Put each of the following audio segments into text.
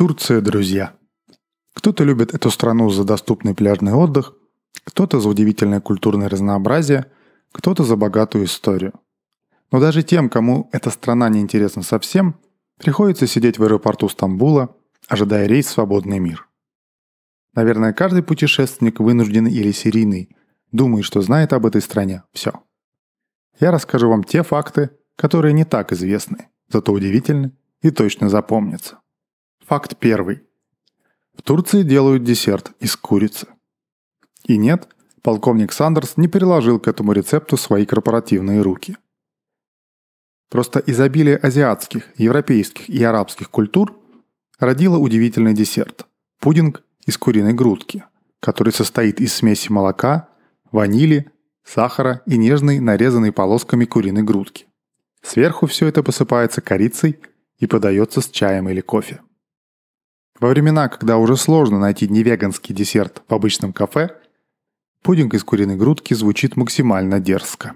Турция, друзья. Кто-то любит эту страну за доступный пляжный отдых, кто-то за удивительное культурное разнообразие, кто-то за богатую историю. Но даже тем, кому эта страна не интересна совсем, приходится сидеть в аэропорту Стамбула, ожидая рейс в свободный мир. Наверное, каждый путешественник, вынужденный или серийный, думает, что знает об этой стране все. Я расскажу вам те факты, которые не так известны, зато удивительны и точно запомнятся. Факт первый. В Турции делают десерт из курицы. И нет, полковник Сандерс не приложил к этому рецепту свои корпоративные руки. Просто изобилие азиатских, европейских и арабских культур родило удивительный десерт – пудинг из куриной грудки, который состоит из смеси молока, ванили, сахара и нежной, нарезанной полосками куриной грудки. Сверху все это посыпается корицей и подается с чаем или кофе. Во времена, когда уже сложно найти невеганский десерт в обычном кафе, пудинг из куриной грудки звучит максимально дерзко.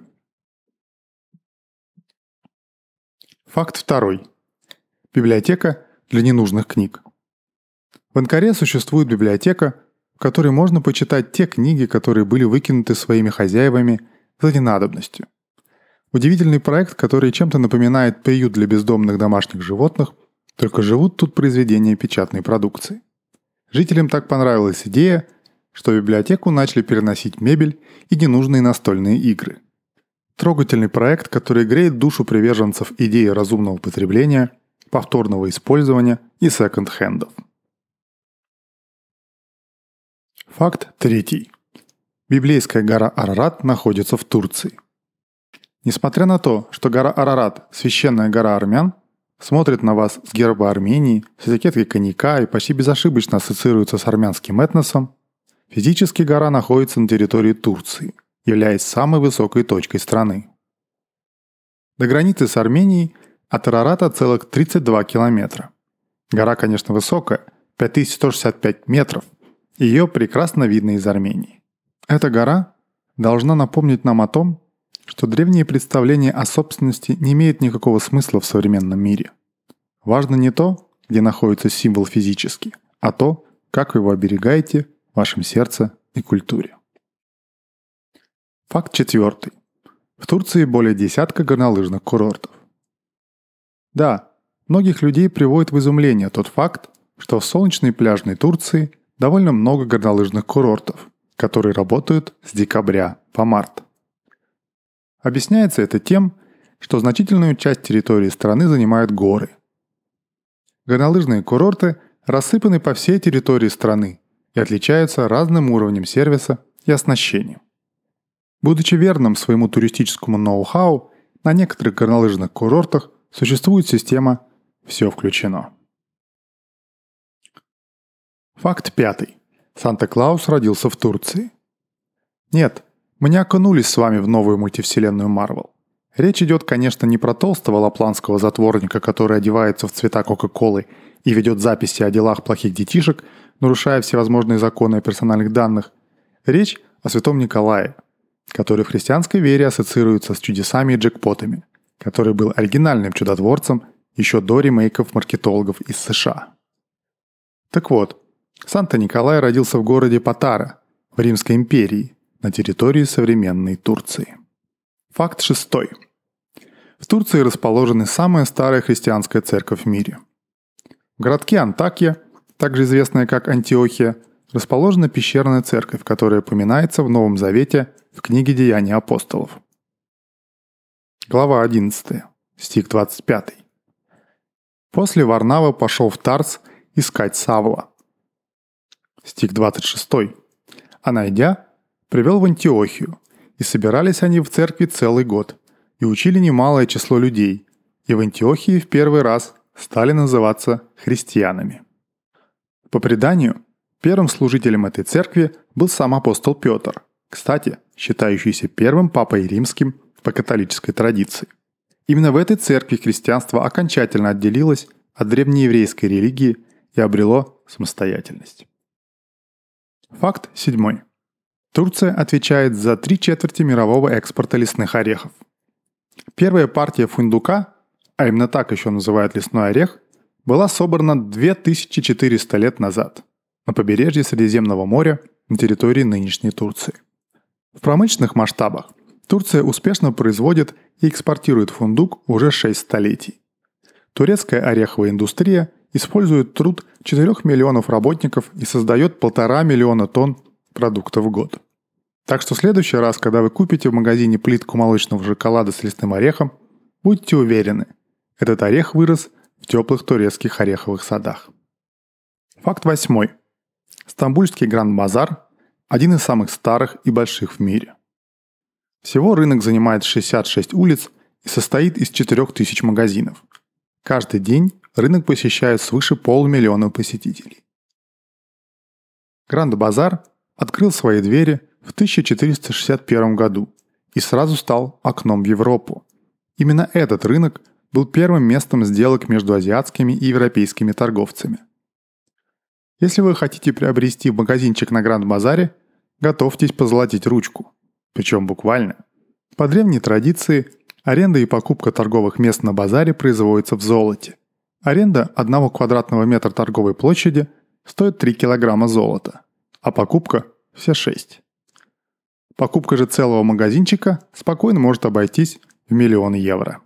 Факт второй. Библиотека для ненужных книг. В Анкаре существует библиотека, в которой можно почитать те книги, которые были выкинуты своими хозяевами за ненадобностью. Удивительный проект, который чем-то напоминает приют для бездомных домашних животных, только живут тут произведения печатной продукции. Жителям так понравилась идея, что в библиотеку начали переносить мебель и ненужные настольные игры. Трогательный проект, который греет душу приверженцев идеи разумного потребления, повторного использования и секонд-хендов. Факт третий. Библейская гора Арарат находится в Турции. Несмотря на то, что гора Арарат – священная гора армян, смотрит на вас с герба Армении, с этикеткой коньяка и почти безошибочно ассоциируется с армянским этносом, физически гора находится на территории Турции, являясь самой высокой точкой страны. До границы с Арменией от Арарата целых 32 километра. Гора, конечно, высокая, 5165 метров, и ее прекрасно видно из Армении. Эта гора должна напомнить нам о том, что древние представления о собственности не имеют никакого смысла в современном мире. Важно не то, где находится символ физически, а то, как вы его оберегаете в вашем сердце и культуре. Факт четвертый. В Турции более десятка горнолыжных курортов. Да, многих людей приводит в изумление тот факт, что в солнечной пляжной Турции довольно много горнолыжных курортов, которые работают с декабря по март. Объясняется это тем, что значительную часть территории страны занимают горы. Горнолыжные курорты рассыпаны по всей территории страны и отличаются разным уровнем сервиса и оснащением. Будучи верным своему туристическому ноу-хау, на некоторых горнолыжных курортах существует система «все включено». Факт пятый. Санта-Клаус родился в Турции. Нет, мы не окунулись с вами в новую мультивселенную Марвел. Речь идет, конечно, не про толстого лапландского затворника, который одевается в цвета Кока-Колы и ведет записи о делах плохих детишек, нарушая всевозможные законы о персональных данных. Речь о святом Николае, который в христианской вере ассоциируется с чудесами и джекпотами, который был оригинальным чудотворцем еще до ремейков маркетологов из США. Так вот, Санта-Николай родился в городе Патара, в Римской империи, на территории современной Турции. Факт шестой. В Турции расположена самая старая христианская церковь в мире. В городке Антакия, также известная как Антиохия, расположена пещерная церковь, которая упоминается в Новом Завете в книге «Деяния апостолов». Глава 11, стих 25. «После Варнава пошел в Тарс искать Савла». Стих 26. «А найдя, привел в Антиохию, и собирались они в церкви целый год, и учили немалое число людей, и в Антиохии в первый раз стали называться христианами». По преданию, первым служителем этой церкви был сам апостол Петр, кстати, считающийся первым папой римским по католической традиции. Именно в этой церкви христианство окончательно отделилось от древнееврейской религии и обрело самостоятельность. Факт седьмой. Турция отвечает за 3/4 мирового экспорта лесных орехов. Первая партия фундука, а именно так еще называют лесной орех, была собрана 2400 лет назад на побережье Средиземного моря на территории нынешней Турции. В промышленных масштабах Турция успешно производит и экспортирует фундук уже 6 столетий. Турецкая ореховая индустрия использует труд 4 миллионов работников и создает 1,5 миллиона тонн продуктов в год. Так что в следующий раз, когда вы купите в магазине плитку молочного шоколада с лесным орехом, будьте уверены, этот орех вырос в теплых турецких ореховых садах. Факт 8. Стамбульский Гранд-базар – один из самых старых и больших в мире. Всего рынок занимает 66 улиц и состоит из 4000 магазинов. Каждый день рынок посещают свыше 500 000 посетителей. Гранд-базар открыл свои двери в 1461 году и сразу стал окном в Европу. Именно этот рынок был первым местом сделок между азиатскими и европейскими торговцами. Если вы хотите приобрести магазинчик на Гранд-базаре, готовьтесь позолотить ручку. Причем буквально. По древней традиции, аренда и покупка торговых мест на базаре производится в золоте. Аренда 1 квадратного метра торговой площади стоит 3 килограмма золота, а покупка – все 6. Покупка же целого магазинчика спокойно может обойтись в 1 000 000 евро.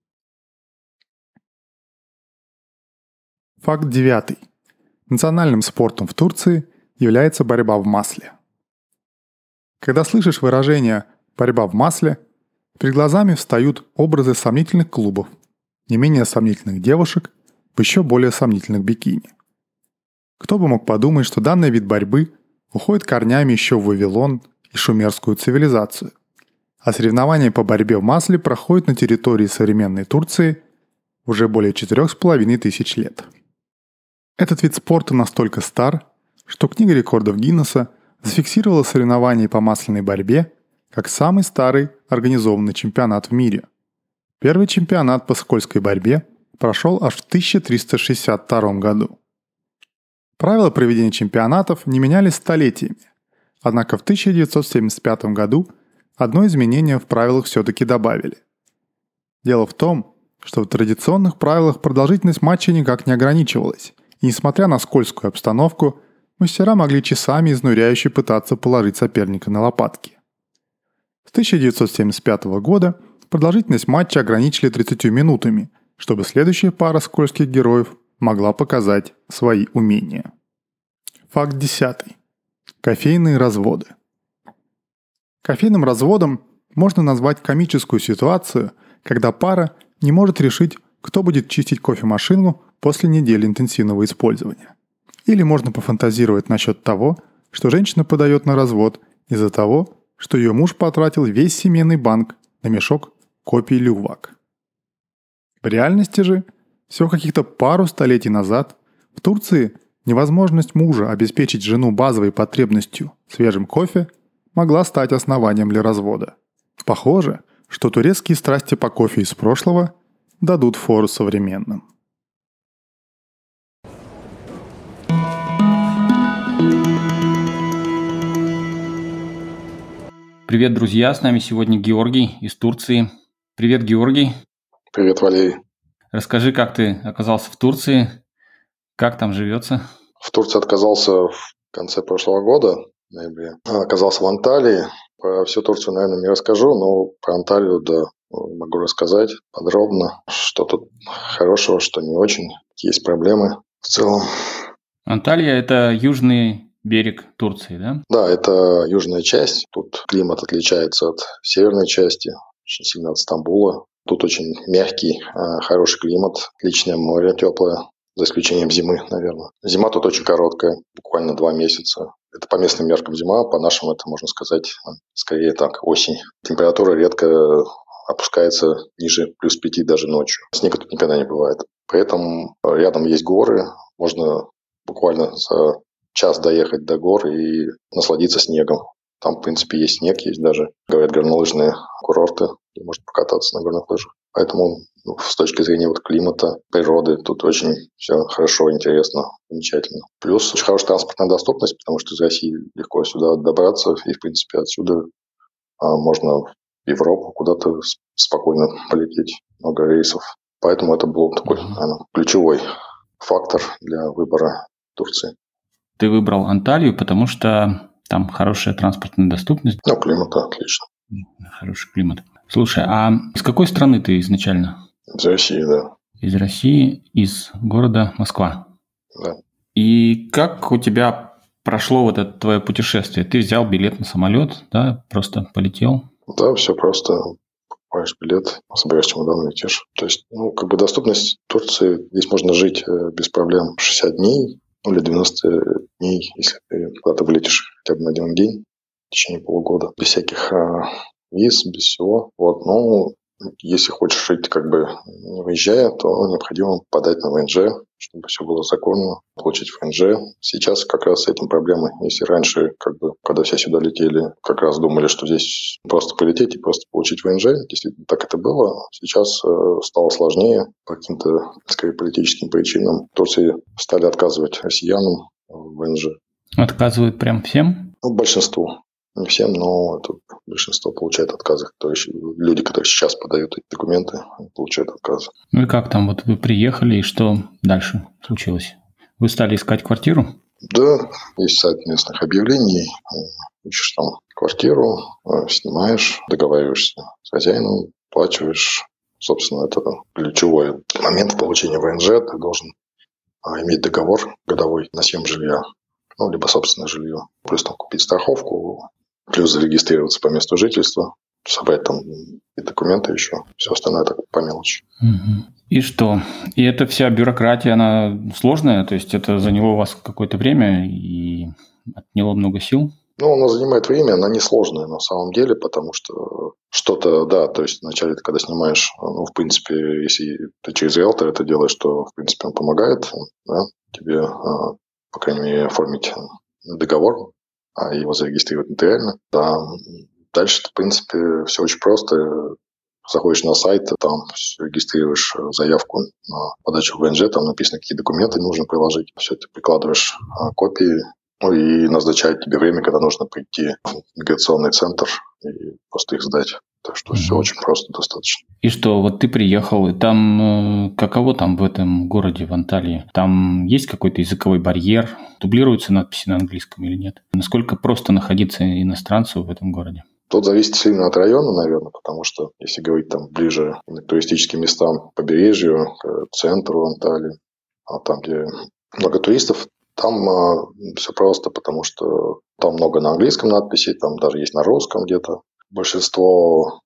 Факт 9. Национальным спортом в Турции является борьба в масле. Когда слышишь выражение «борьба в масле», перед глазами встают образы сомнительных клубов, не менее сомнительных девушек в еще более сомнительных бикини. Кто бы мог подумать, что данный вид борьбы уходит корнями еще в Вавилон и шумерскую цивилизацию, а соревнования по борьбе в масле проходят на территории современной Турции уже более 4500 лет. Этот вид спорта настолько стар, что Книга рекордов Гиннесса зафиксировала соревнования по масляной борьбе как самый старый организованный чемпионат в мире. Первый чемпионат по скользкой борьбе прошел аж в 1362 году. Правила проведения чемпионатов не менялись столетиями, однако в 1975 году одно изменение в правилах все-таки добавили. Дело в том, что в традиционных правилах продолжительность матча никак не ограничивалась, и несмотря на скользкую обстановку, мастера могли часами изнуряюще пытаться положить соперника на лопатки. С 1975 года продолжительность матча ограничили 30 минутами, чтобы следующая пара скользких героев могла показать свои умения. Факт 10. Кофейные разводы. Кофейным разводом можно назвать комическую ситуацию, когда пара не может решить, кто будет чистить кофемашину после недели интенсивного использования. Или можно пофантазировать насчет того, что женщина подает на развод из-за того, что ее муж потратил весь семейный банк на мешок копий лювак. В реальности же, всего каких-то пару столетий назад, в Турции невозможность мужа обеспечить жену базовой потребностью свежим кофе могла стать основанием для развода. Похоже, что турецкие страсти по кофе из прошлого дадут фору современным. Привет, друзья! С нами сегодня Георгий из Турции. Привет, Георгий. Привет, Валерий. Расскажи, как ты оказался в Турции, как там живется? В Турции оказался в конце прошлого года, в ноябре. Оказался в Анталии. Про всю Турцию, наверное, не расскажу, но про Анталию, да, могу рассказать подробно, что тут хорошего, что не очень. Есть проблемы в целом. Анталия – это южный берег Турции, да? Да, это южная часть. Тут климат отличается от северной части, очень сильно от Стамбула. Тут очень мягкий, хороший климат, отличное море теплое, за исключением зимы, наверное. Зима тут очень короткая, буквально 2 месяца. Это по местным меркам зима, по нашим это, можно сказать, скорее так, осень. Температура редко опускается ниже плюс 5 даже ночью. Снега тут никогда не бывает. При этом рядом есть горы, можно буквально за час доехать до гор и насладиться снегом. Там, в принципе, есть снег, есть даже, говорят, горнолыжные курорты, где можно покататься на горных лыжах. Поэтому с точки зрения климата, природы, тут очень все хорошо, интересно, замечательно. Плюс очень хорошая транспортная доступность, потому что из России легко сюда добраться, и, в принципе, отсюда можно в Европу куда-то спокойно полететь, много рейсов. Поэтому это был такой, наверное, ключевой фактор для выбора Турции. Ты выбрал Анталию, потому что там хорошая транспортная доступность. Ну, климат отлично. Хороший климат. Слушай, а из какой страны ты изначально? Из России, да. Из России, из города Москва. Да. И как у тебя прошло вот это твое путешествие? Ты взял билет на самолет, да, просто полетел? Да, все просто. Покупаешь билет, собираешь чемодан, летишь. То есть, доступность Турции, здесь можно жить без проблем 60 дней, или 90 дней, если ты куда-то вылетишь хотя бы на один день в течение полугода, без всяких виз, без всего. Если хочешь жить не выезжая, то необходимо подать на ВНЖ, чтобы все было законно, получить ВНЖ. Сейчас как раз с этим проблемы. Если раньше, когда все сюда летели, как раз думали, что здесь просто полететь и просто получить ВНЖ, если так это было, сейчас стало сложнее по каким-то, скорее, политическим причинам. В Турции стали отказывать россиянам в ВНЖ. Отказывают прям всем? Большинству. Не всем, но это большинство получает отказы. То есть люди, которые сейчас подают эти документы, получают отказы. Ну и как там, вот вы приехали, и что дальше случилось? Вы стали искать квартиру? Да, есть сайт местных объявлений. Ищешь там квартиру, снимаешь, договариваешься с хозяином, оплачиваешь. Собственно, это ключевой момент в получении ВНЖ. Ты должен иметь договор годовой на съем жилья, либо собственное жилье. Плюс там купить страховку, плюс зарегистрироваться по месту жительства, собрать там и документы еще. Все остальное так по мелочи. Угу. И что? И эта вся бюрократия, она сложная? То есть это заняло у вас какое-то время и отняло много сил? Она занимает время, она не сложная на самом деле, потому что что-то, да, то есть вначале ты когда снимаешь, в принципе, если ты через риэлтора это делаешь, то, в принципе, он помогает, да, тебе, по крайней мере, оформить договор, его зарегистрировать нотариально. Да. Дальше, в принципе, все очень просто. Заходишь на сайт, там регистрируешь заявку на подачу ВНЖ, там написано, какие документы нужно приложить. Все это прикладываешь копии, и назначают тебе время, когда нужно прийти в миграционный центр и просто их сдать. Так что все очень просто достаточно. И что, вот ты приехал, и там каково там в этом городе, в Анталии? Там есть какой-то языковой барьер? Дублируются надписи на английском или нет? Насколько просто находиться иностранцу в этом городе? Тут зависит сильно от района, наверное, потому что если говорить там ближе к туристическим местам, побережью, к центру Анталии, там, где много туристов, там все просто, потому что там много на английском надписей, там даже есть на русском где-то. Большинство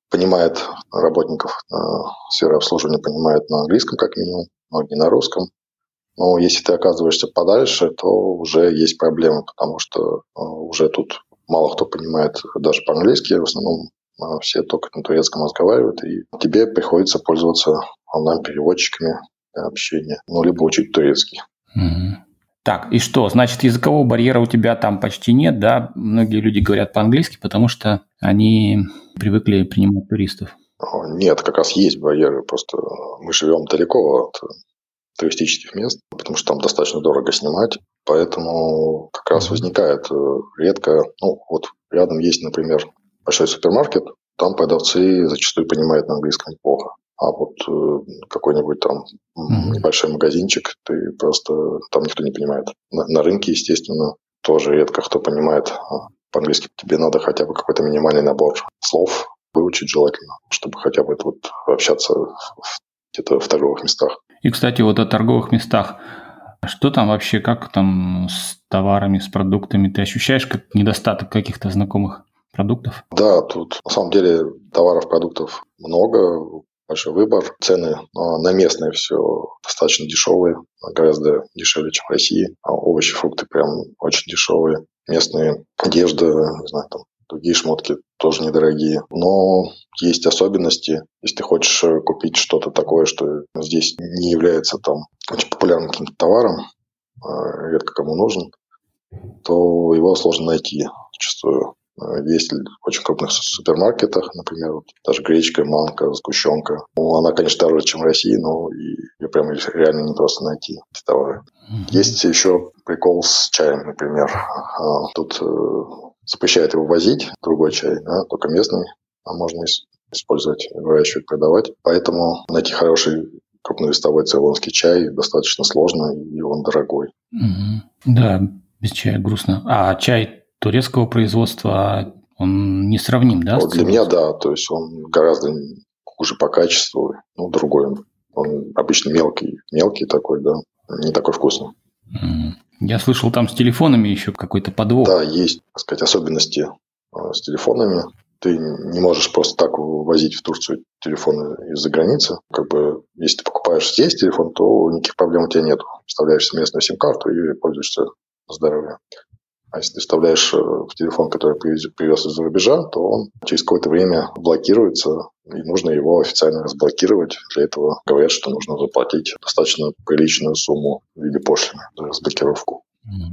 работников сферы обслуживания понимает на английском как минимум, многие на русском. Но если ты оказываешься подальше, то уже есть проблемы, потому что уже тут мало кто понимает даже по-английски, в основном все только на турецком разговаривают, и тебе приходится пользоваться онлайн-переводчиками для общения, либо учить турецкий. Угу. Так, и что? Значит, языкового барьера у тебя там почти нет, да? Многие люди говорят по-английски, потому что они привыкли принимать туристов. Нет, как раз есть барьеры, просто мы живем далеко от туристических мест, потому что там достаточно дорого снимать, поэтому как раз возникает редко, рядом есть, например, большой супермаркет, там продавцы зачастую понимают на английском плохо. А вот какой-нибудь там небольшой магазинчик, ты просто там никто не понимает. На рынке, естественно, тоже редко кто понимает по-английски. Тебе надо хотя бы какой-то минимальный набор слов выучить желательно, чтобы хотя бы общаться где-то в торговых местах. И, кстати, вот о торговых местах. Что там вообще, как там с товарами, с продуктами? Ты ощущаешь как недостаток каких-то знакомых продуктов? Да, тут на самом деле товаров, продуктов много, большой выбор. Цены на местные все достаточно дешевые, гораздо дешевле, чем в России. Овощи, фрукты прям очень дешевые. Местные одежда, не знаю, там другие шмотки тоже недорогие. Но есть особенности. Если ты хочешь купить что-то такое, что здесь не является там очень популярным каким-то товаром, редко кому нужен, то его сложно найти зачастую. Есть в очень крупных супермаркетах, например, даже гречка, манка, сгущенка. Она, конечно, дороже, чем в России, но ее прям реально не просто найти, эти товары. Есть еще прикол с чаем, например. Тут запрещают его возить, другой чай, только местный, можно использовать, выращивать, продавать. Поэтому найти хороший крупнолистовой цейлонский чай достаточно сложно, и он дорогой. Да, без чая грустно. А чай турецкого производства, он несравним, да? Вот для меня, да, то есть он гораздо хуже по качеству, другой. Он обычно мелкий такой, да, не такой вкусный. Я слышал, там с телефонами еще какой-то подвох. Да, есть, так сказать, особенности с телефонами. Ты не можешь просто так возить в Турцию телефоны из-за границы. Если ты покупаешь здесь телефон, то никаких проблем у тебя нет. Вставляешь местную сим-карту и пользуешься на здоровье. А если ты вставляешь в телефон, который привез из-за рубежа, то он через какое-то время блокируется, и нужно его официально разблокировать. Для этого говорят, что нужно заплатить достаточно приличную сумму в виде пошлины за разблокировку.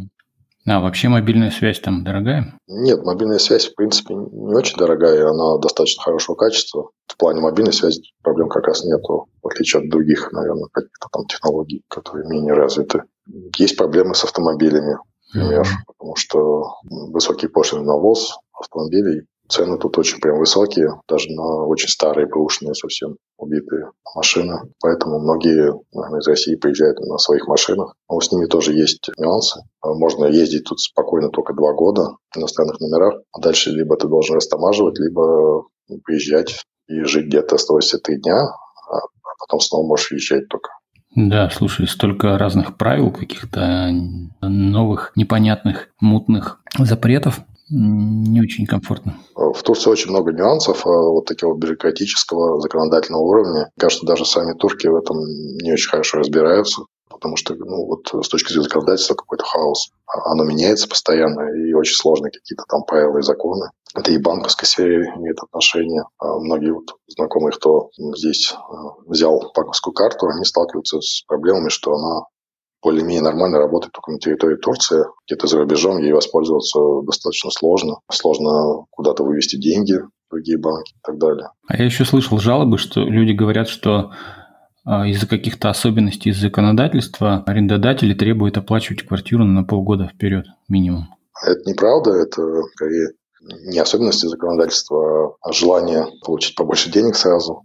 А вообще мобильная связь там дорогая? Нет, мобильная связь, в принципе, не очень дорогая, она достаточно хорошего качества. В плане мобильной связи проблем как раз нету, в отличие от других, наверное, каких-то там технологий, которые менее развиты. Есть проблемы с автомобилями, например, потому что высокие пошлины на ввоз автомобилей. Цены тут очень прям высокие, даже на очень старые, бэушные, совсем убитые машины. Поэтому многие, наверное, из России приезжают на своих машинах. Но с ними тоже есть нюансы. Можно ездить тут спокойно только 2 года в иностранных номерах. А дальше либо ты должен растамаживать, либо приезжать и жить где-то, оставайся 3 дня, а потом снова можешь езжать только. Да, слушай, столько разных правил, каких-то новых, непонятных, мутных запретов. Не очень комфортно. В Турции очень много нюансов вот такого бюрократического, законодательного уровня. Кажется, даже сами турки в этом не очень хорошо разбираются, потому что с точки зрения законодательства какой-то хаос. Оно меняется постоянно, и очень сложные какие-то там правила и законы. Это и в банковской сфере имеет отношение. Многие знакомые, кто здесь взял банковскую карту, они сталкиваются с проблемами, что она более-менее нормально работает только на территории Турции. Где-то за рубежом ей воспользоваться достаточно сложно. Сложно куда-то вывести деньги в другие банки и так далее. А я еще слышал жалобы, что люди говорят, что из-за каких-то особенностей законодательства арендодатели требуют оплачивать квартиру на полгода вперед минимум. Это неправда, это скорее не особенности законодательства, а желание получить побольше денег сразу.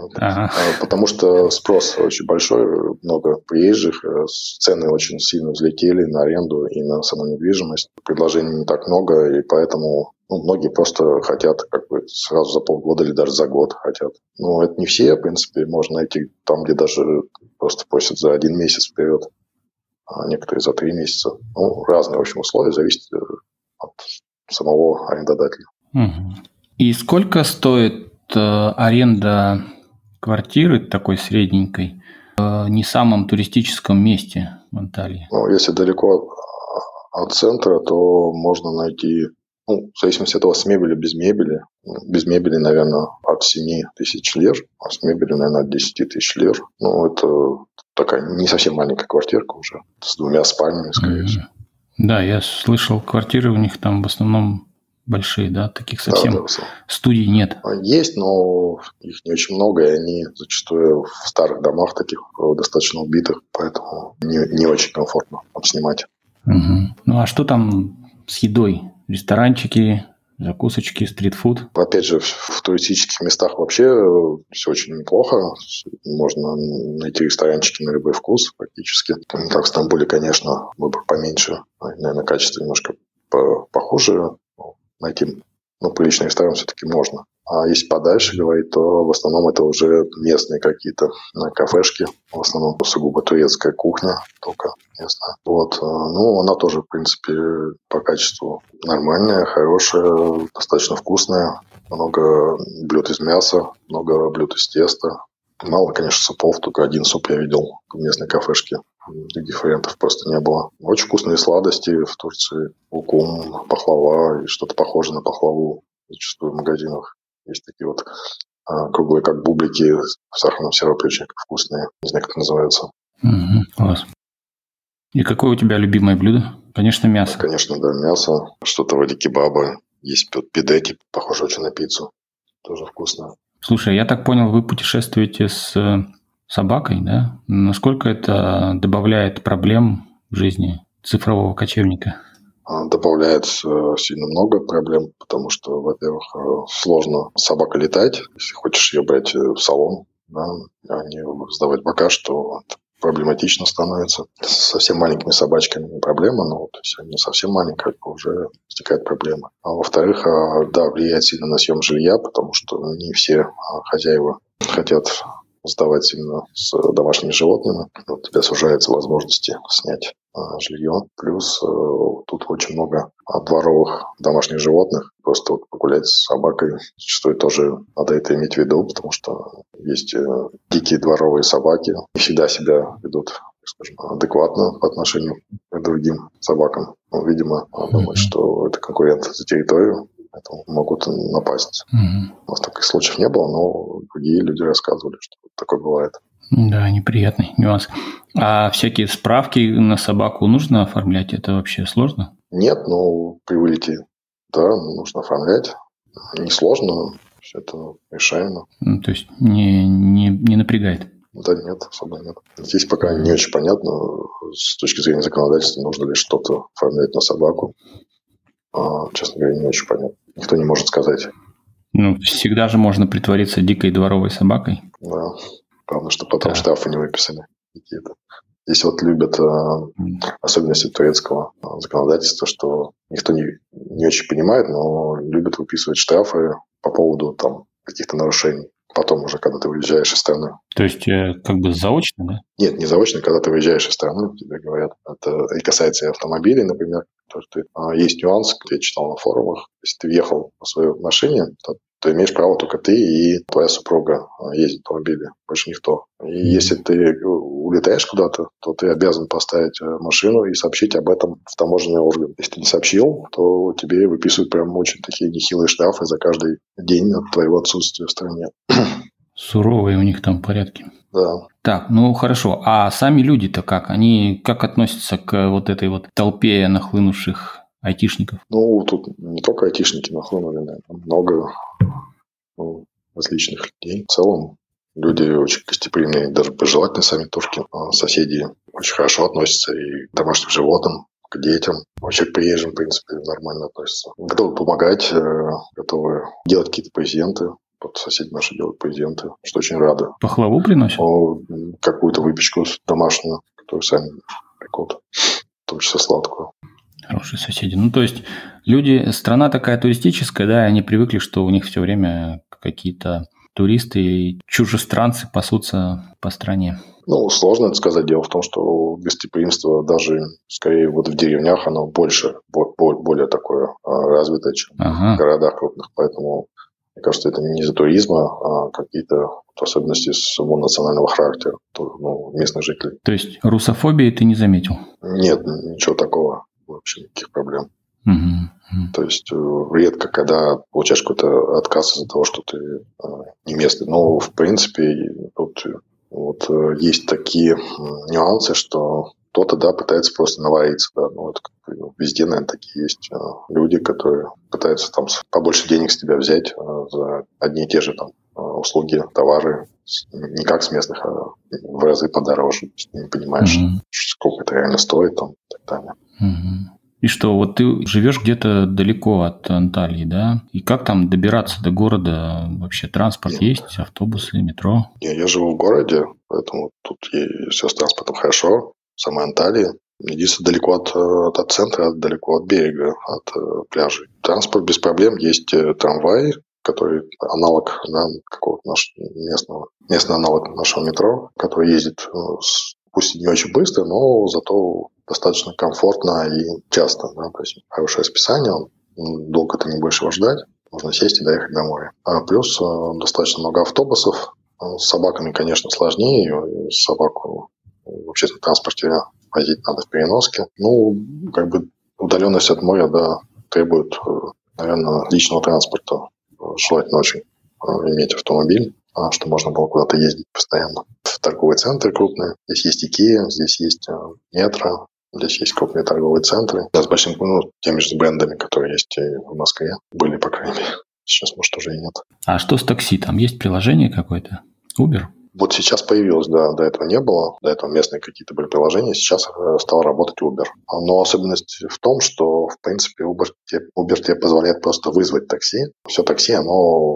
Потому что спрос очень большой, много приезжих, цены очень сильно взлетели на аренду и на саму недвижимость. Предложений не так много, и поэтому многие просто хотят сразу за полгода или даже за год хотят. Но это не все, в принципе, можно найти там, где даже просто просят за 1 месяц вперед, а некоторые за 3 месяца. Разные, в общем, условия, зависит от самого арендодателя. И сколько стоит аренда квартиры такой средненькой в не самом туристическом месте в Анталии? Если далеко от центра, то можно найти, в зависимости от того, с мебелью, без мебели. Без мебели, наверное, от 7 тысяч лир, а с мебелью, наверное, от 10 тысяч лир. Это такая не совсем маленькая квартирка уже, с 2 спальнями, скорее всего. Да, я слышал, квартиры у них там в основном большие, да? Таких совсем студий нет. Есть, но их не очень много, и они зачастую в старых домах таких достаточно убитых, поэтому не очень комфортно там снимать. А что там с едой? Ресторанчики, закусочки, стритфуд? Опять же, в туристических местах вообще все очень неплохо. Можно найти ресторанчики на любой вкус практически. Как в Стамбуле, конечно, выбор поменьше. Наверное, качество немножко похуже. Найти приличный ресторан все-таки можно. А если подальше говорить, то в основном это уже местные какие-то кафешки. В основном сугубо турецкая кухня, только местная. Она тоже, в принципе, по качеству нормальная, хорошая, достаточно вкусная. Много блюд из мяса, много блюд из теста. Мало, конечно, супов, только 1 суп я видел в местной кафешке. Других вариантов просто не было. Очень вкусные сладости в Турции. Лукум, пахлава и что-то похожее на пахлаву зачастую в магазинах. Есть такие круглые, как бублики в сахарном сиропе, очень вкусные. Не знаю, как это называется. Класс. И какое у тебя любимое блюдо? Конечно, мясо. Конечно, да, мясо. Что-то вроде кебаба. Есть пидеки, похоже очень на пиццу. Тоже вкусно. Слушай, я так понял, вы путешествуете с собакой, да? Насколько это добавляет проблем в жизни цифрового кочевника? Добавляет сильно много проблем, потому что, во-первых, сложно с собакой летать, если хочешь ее брать в салон. да, они сдавать бока, что проблематично становится. С совсем маленькими собачками не проблема, но вот если они совсем маленькие, то уже возникает проблема. А во-вторых, да, влияет сильно на съем жилья, потому что не все хозяева хотят сдавать именно с домашними животными. Вот у тебя сужаются возможности снять жилье. Плюс тут очень много дворовых домашних животных. Просто вот погулять с собакой зачастую тоже надо это иметь в виду, потому что есть дикие дворовые собаки. Не всегда себя ведут, скажем, адекватно по отношению к другим собакам. Ну, видимо, думают, что это конкурент за территорию, поэтому могут напасть. У нас таких случаев не было, но другие люди рассказывали, что такое бывает. Да, неприятный нюанс. А всякие справки на собаку нужно оформлять? Это вообще сложно? Нет, ну, при вылете, да, нужно оформлять. Несложно, все это решаемо. Ну, то есть не напрягает? Да нет, особо нет. Здесь пока не очень понятно, с точки зрения законодательства, нужно ли что-то оформлять на собаку. Честно говоря, не очень понятно. Никто не может сказать. Ну, всегда же можно притвориться дикой дворовой собакой. Да. Главное, что потом штрафы не выписали какие-то. Здесь вот любят особенности турецкого законодательства, что никто не очень понимает, но любят выписывать штрафы по поводу там каких-то нарушений. Потом уже, когда ты выезжаешь из страны. То есть, как бы заочно, да? Нет, не заочно, когда ты выезжаешь из страны, тебе говорят. Это и касается и автомобилей, например. Есть нюанс, я читал на форумах. Если ты въехал на своей машине, то имеешь право только ты и твоя супруга ездить в автомобиле, больше никто. И если ты улетаешь куда-то, то ты обязан поставить машину и сообщить об этом в таможенный орган. Если ты не сообщил, то тебе выписывают прям очень такие нехилые штрафы за каждый день от твоего отсутствия в стране. Суровые у них там порядки. Да. Так, ну хорошо. А сами люди-то как? Они как относятся к вот этой вот толпе нахлынувших айтишников? Ну, тут не только айтишники нахлынули, наверное, много различных людей. В целом люди очень гостеприимные, даже пожелательные сами турки. Соседи очень хорошо относятся и к домашним животным, к детям. Вообще к приезжим, в принципе, нормально относятся. Готовы помогать, готовы делать какие-то презенты. Вот соседи наши делают презенты, что очень рады. Пахлаву приносят? Какую-то выпечку домашнюю, которую сами пекут, в том числе сладкую. Хорошие соседи. Ну, то есть люди, страна такая туристическая, да, и они привыкли, что у них все время какие-то туристы и чужестранцы пасутся по стране. Ну, сложно это сказать. Дело в том, что гостеприимство даже, скорее, вот в деревнях оно более такое развитое, чем в городах крупных. Поэтому, мне кажется, это не из-за туризма, а какие-то особенности своего национального характера местных жителей. То есть русофобии ты не заметил? Нет, ничего такого. Вообще никаких проблем. То есть редко, когда получаешь какой-то отказ из-за того, что ты не местный. Но, в принципе, тут вот есть такие нюансы, что кто-то, да, пытается просто навариться. Да. Ну, это везде, наверное, такие есть люди, которые пытаются там побольше денег с тебя взять за одни и те же там услуги, товары. Не как с местных, а в разы подороже. Ты не понимаешь, сколько это реально стоит там, и так далее. И что, вот ты живешь где-то далеко от Анталии, да? И как там добираться до города? Вообще транспорт есть, автобусы, метро? Я живу в городе, поэтому тут все с транспортом хорошо. В самой Анталии. Единственное, далеко от центра, далеко от берега, от пляжей. Транспорт без проблем. Есть трамвай, который аналог какого-то местный аналог нашего метро, который ездит пусть и не очень быстро, но зато достаточно комфортно и часто. Да? То есть хорошее расписание, долго ты не будешь его ждать, можно сесть и доехать домой. Плюс достаточно много автобусов. С собаками, конечно, сложнее. Собаку в общественном транспорте возить надо в переноске. Ну, как бы удаленность от моря, да, требует, наверное, личного транспорта. Желательно очень иметь автомобиль, чтобы можно было куда-то ездить постоянно. В торговые центры крупные. Здесь есть Икеа, здесь есть метро, здесь есть крупные торговые центры. Да, с большими, теми же брендами, которые есть и в Москве. Были, по крайней мере. Сейчас, может, уже и нет. А что с такси? Там есть приложение какое-то? Uber? Вот сейчас появилось, да, до этого не было. До этого местные какие-то были приложения, сейчас стал работать Uber. Но особенность в том, что, в принципе, Uber тебе позволяет просто вызвать такси. Все такси, оно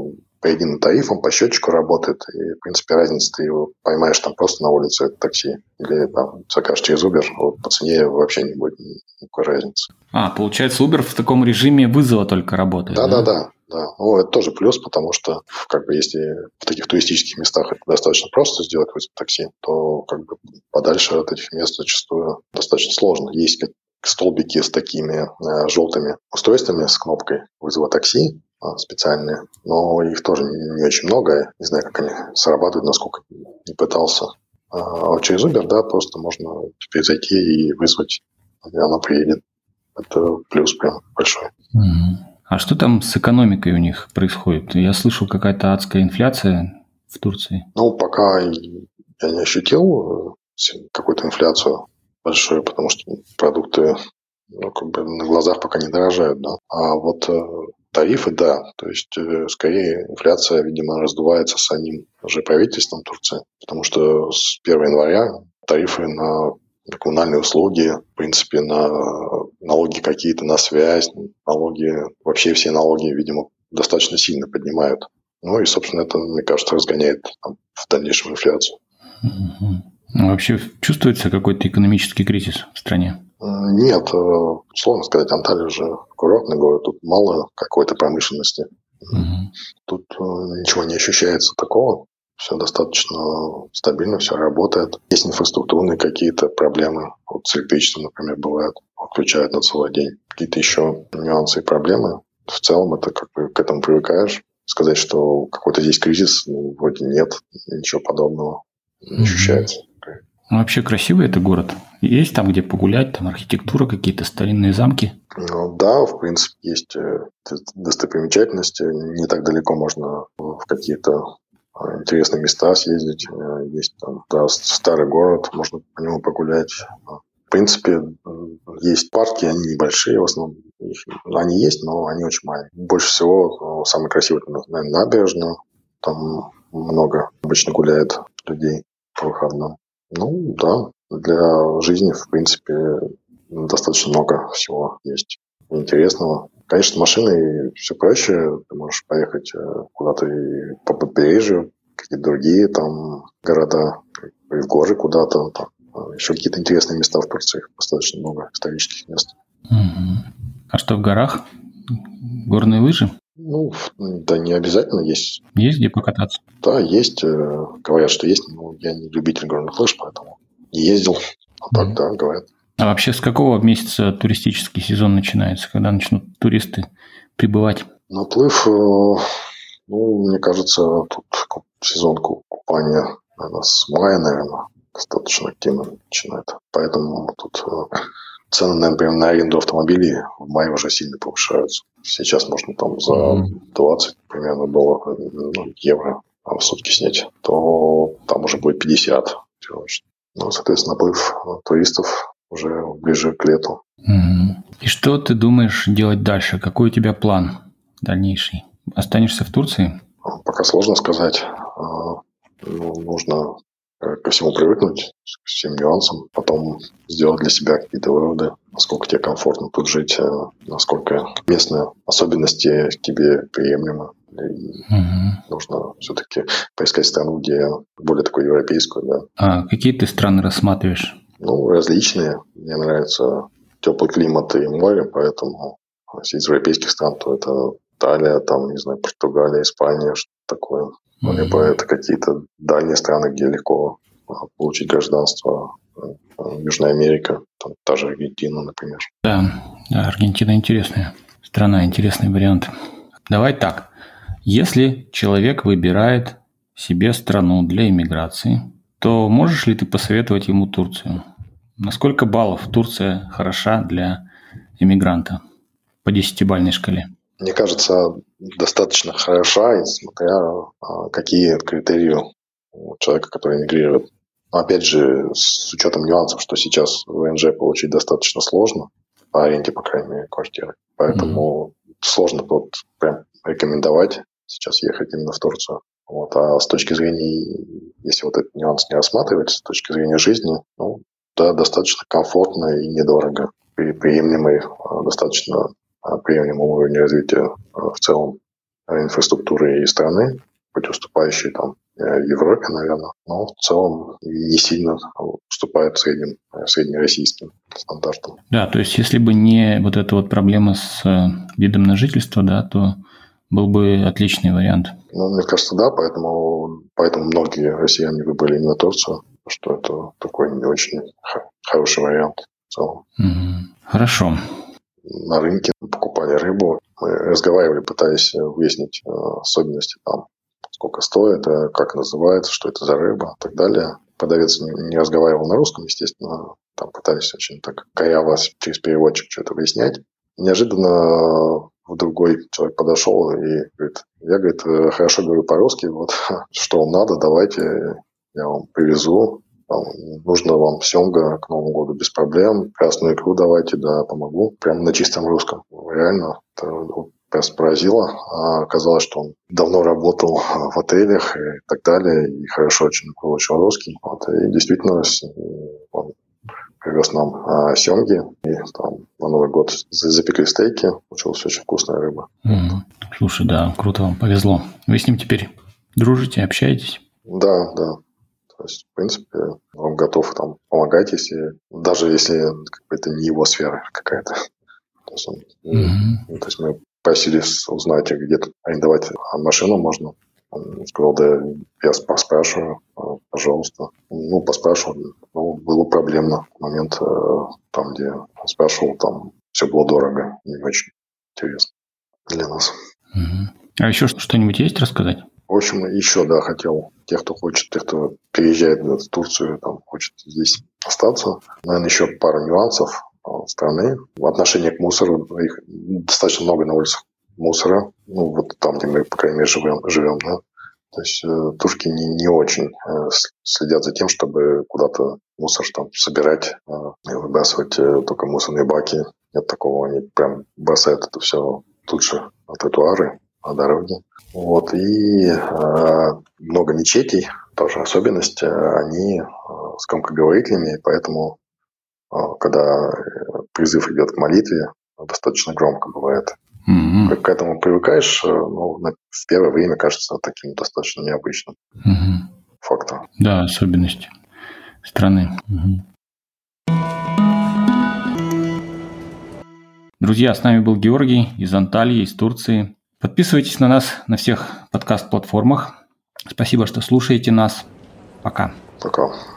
по единым тарифам, по счетчику работает. И, в принципе, разница ты его поймаешь там просто на улице, это такси. Или там закажешь через Uber, вот по цене вообще не будет никакой разницы. Получается, Uber в таком режиме вызова только работает, да? Да. Ну, это тоже плюс, потому что, как бы, если в таких туристических местах это достаточно просто сделать вызов такси, то, как бы, подальше от этих мест зачастую достаточно сложно. Есть столбики с такими желтыми устройствами с кнопкой вызова такси специальные, но их тоже не очень много. Не знаю, как они срабатывают, насколько не пытался. А вот через Uber, да, просто можно теперь зайти и вызвать, и оно приедет. Это плюс прям большой. А что там с экономикой у них происходит? Я слышал, какая-то адская инфляция в Турции. Ну, пока я не ощутил какую-то инфляцию большую, потому что продукты, ну, как бы на глазах пока не дорожают, да. А вот тарифы, да. То есть, скорее, инфляция, видимо, раздувается самим уже правительством Турции, потому что с 1 января тарифы на коммунальные услуги, в принципе, на налоги какие-то, на связь, налоги, вообще все налоги, видимо, достаточно сильно поднимают. Ну и, собственно, это, мне кажется, разгоняет в дальнейшем инфляцию. Вообще чувствуется какой-то экономический кризис в стране? Нет, сложно сказать, Анталия же курортный город, тут мало какой-то промышленности. Тут ничего не ощущается такого. Все достаточно стабильно, все работает. Есть инфраструктурные какие-то проблемы. Вот с электричеством, например, бывают. Отключают на целый день. Какие-то еще нюансы и проблемы. В целом это как бы к этому привыкаешь. Сказать, что какой-то здесь кризис, ну, вроде нет. Ничего подобного не ощущается. Вообще красивый это город? Есть там, где погулять, там архитектура, какие-то старинные замки? Ну, да, в принципе, есть достопримечательности. Не так далеко можно в какие-то интересные места съездить. Есть там, да, старый город, можно по нему погулять. В принципе, есть парки, они небольшие в основном. Они есть, но они очень маленькие. Больше всего самый красивый, наверное, набережная. Там много обычно гуляет людей по выходным. Ну, да, для жизни, в принципе, достаточно много всего есть интересного. Конечно, машиной все проще. Ты можешь поехать куда-то и по побережью, какие-то другие там города, и в горы куда-то. Там. Еще какие-то интересные места в Турции. Достаточно много исторических мест. А что в горах? Горные лыжи? Ну, да не обязательно есть. Есть где покататься? Да, есть. Говорят, что есть. Но я не любитель горных лыж, поэтому не ездил. А так, да, говорят. А вообще с какого месяца туристический сезон начинается? Когда начнут туристы прибывать? Наплыв, ну, мне кажется, тут сезон купания, наверное, с мая, наверное, достаточно активно начинает. Поэтому тут цены, например, на аренду автомобилей в мае уже сильно повышаются. Сейчас можно там за 20 примерно долларов, евро в сутки снять, то там уже будет 50. Ну, соответственно, наплыв туристов уже ближе к лету. И что ты думаешь делать дальше? Какой у тебя план дальнейший? Останешься в Турции? Пока сложно сказать. Нужно ко всему привыкнуть, к всем нюансам, потом сделать для себя какие-то выводы, насколько тебе комфортно тут жить, насколько местные особенности тебе приемлемы. Нужно все-таки поискать страну, где более такую европейскую. Да. А какие ты страны рассматриваешь? Ну, различные. Мне нравится теплый климат и море, поэтому из европейских стран, то это Италия, там, не знаю, Португалия, Испания, что-то такое. Либо это какие-то дальние страны, где легко получить гражданство. Южная Америка, там, та же Аргентина, например. Да, Аргентина интересная страна, интересный вариант. Давай так. Если человек выбирает себе страну для иммиграции, то можешь ли ты посоветовать ему Турцию? На сколько баллов Турция хороша для иммигранта по 10-бальной шкале? Мне кажется, достаточно хороша, смотря какие критерии у человека, который эмигрирует. Но опять же, с учетом нюансов, что сейчас ВНЖ получить достаточно сложно, по аренде, по крайней мере, квартиры. Поэтому сложно вот прям рекомендовать сейчас ехать именно в Турцию. Вот. А с точки зрения, если вот этот нюанс не рассматривать, с точки зрения жизни, ну, да, достаточно комфортно и недорого. При приемлемый, достаточно приемлемом уровне развития в целом. инфраструктуры и страны, хоть уступающей там Европе, наверное, но в целом не сильно уступает среднероссийским стандартам. Да, то есть если бы не вот эта вот проблема с видом на жительство, да, то был бы отличный вариант. Ну, мне кажется, да, поэтому многие россияне выбрали именно Турцию, что это такой не очень хороший вариант в целом. Хорошо. На рынке покупали рыбу, мы разговаривали, пытаясь выяснить особенности там, сколько стоит, как называется, что это за рыба и так далее. Продавец не разговаривал на русском, естественно, там пытались очень так коряво через переводчик что-то выяснять. Неожиданно другой человек подошел и говорит, я, говорит, хорошо говорю по-русски, вот что вам надо, давайте я вам привезу. Нужно вам семга к Новому году без проблем. Красную икру давайте, да, помогу. Прямо на чистом русском. Реально, это просто поразило. Оказалось, что он давно работал в отелях и так далее. И хорошо очень выучил русский. Вот, и действительно, он привез нам семги. И там на Новый год запекли стейки. Получилась очень вкусная рыба. Слушай, да, круто, вам повезло. Вы с ним теперь дружите, общаетесь? Да. То есть, в принципе, он готов там помогать, даже если это не его сфера какая-то. То есть мы просили узнать, где тут арендовать машину можно. Он сказал, да, я поспрашиваю, пожалуйста. Поспрашивал, было проблемно. В момент, там, где он спрашивал, там все было дорого, не очень интересно для нас. А еще что-нибудь есть рассказать? В общем, еще, да, хотел тех, кто переезжает в Турцию, там, хочет здесь остаться. Наверное, еще пару нюансов страны. В отношении к мусору, их достаточно много на улицах мусора. Вот там, где мы, по крайней мере, живем, да. То есть турки не очень следят за тем, чтобы куда-то мусор там собирать и выбрасывать только мусорные баки. Нет такого, они прям бросают это все тут же на тротуары, на дороге. Вот. И много мечетей, тоже особенность, они с громкоговорителями, поэтому, когда призыв идет к молитве, достаточно громко бывает. К этому привыкаешь, в первое время кажется таким достаточно необычным фактом. Да, особенность страны. Друзья, с нами был Георгий из Анталии, из Турции. Подписывайтесь на нас на всех подкаст-платформах. Спасибо, что слушаете нас. Пока. Пока.